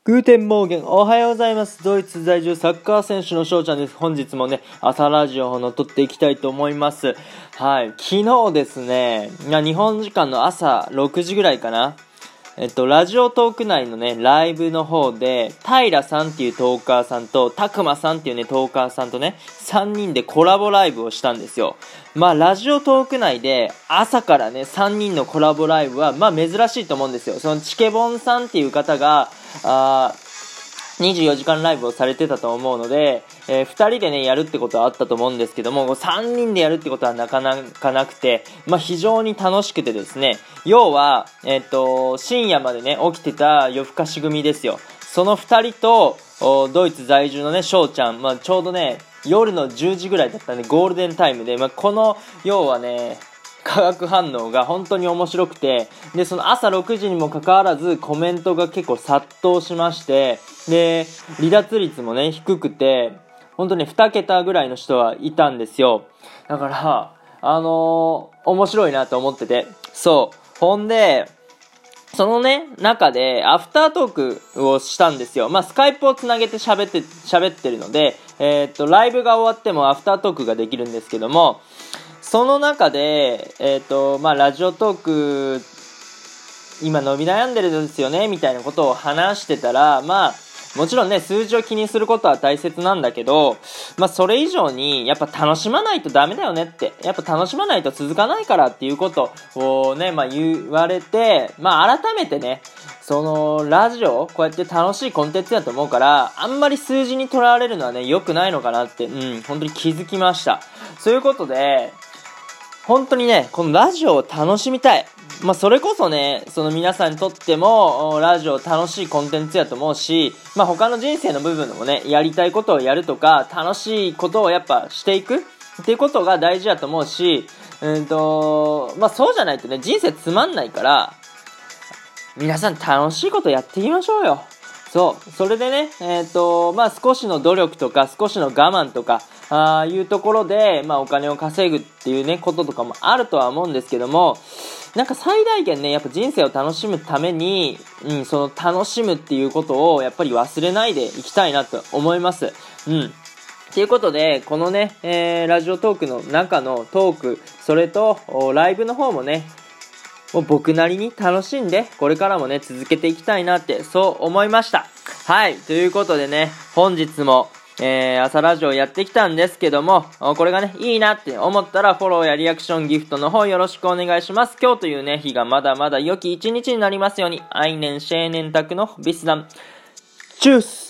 グーテンモーゲン、おはようございます。ドイツ在住サッカー選手の翔ちゃんです。本日もね、朝ラジオを撮っていきたいと思います。はい、昨日ですね、日本時間の朝6時ぐらいかな。ラジオトーク内のね、ライブの方で、平さんっていうトーカーさんと、たくまさんっていうね、トーカーさんとね、3人でコラボライブをしたんですよ。ラジオトーク内で、朝からね、3人のコラボライブは、珍しいと思うんですよ。そのチケボンさんっていう方が、24時間ライブをされてたと思うので、2人でねやるってことはあったと思うんですけども、3人でやるってことはなかなかなくて、非常に楽しくてですね、要は、深夜までね起きてた夜更かし組ですよ。その2人とドイツ在住のね翔ちゃん、ちょうどね夜の10時ぐらいだったんでゴールデンタイムで、この要はね化学反応が本当に面白くて、でその朝6時にもかかわらずコメントが結構殺到しまして、で離脱率もね低くて、本当に2桁ぐらいの人はいたんですよ。だから面白いなと思ってて、そうほんでそのね中でアフタートークをしたんですよ。スカイプをつなげて喋ってるので、ライブが終わってもアフタートークができるんですけども、その中で、ラジオトーク今伸び悩んでるんですよねみたいなことを話してたら、もちろんね数字を気にすることは大切なんだけど、それ以上にやっぱ楽しまないとダメだよねって、やっぱ楽しまないと続かないからっていうことをね、言われて、改めてねそのラジオこうやって楽しいコンテンツだと思うから、あんまり数字にとらわれるのはね良くないのかなって、本当に気づきました。そういうことで本当にねこのラジオを楽しみたい。それこそねその皆さんにとってもラジオ楽しいコンテンツやと思うし、他の人生の部分でもねやりたいことをやるとか楽しいことをやっぱしていくっていうことが大事やと思うし、そうじゃないとね人生つまんないから、皆さん楽しいことやっていきましょうよ。それでね、少しの努力とか少しの我慢とかいうところで、お金を稼ぐっていうねこととかもあるとは思うんですけども、最大限ねやっぱ人生を楽しむために、その楽しむっていうことをやっぱり忘れないでいきたいなと思います。ということでこのね、ラジオトークの中のトーク、それとライブの方もねもう僕なりに楽しんでこれからもね続けていきたいなってそう思いました。はい、ということでね本日も、朝ラジオやってきたんですけども、これがねいいなって思ったらフォローやリアクションギフトの方よろしくお願いします。今日というね日がまだまだ良き一日になりますように。アイネンシェーネンタクのビスダンチュース。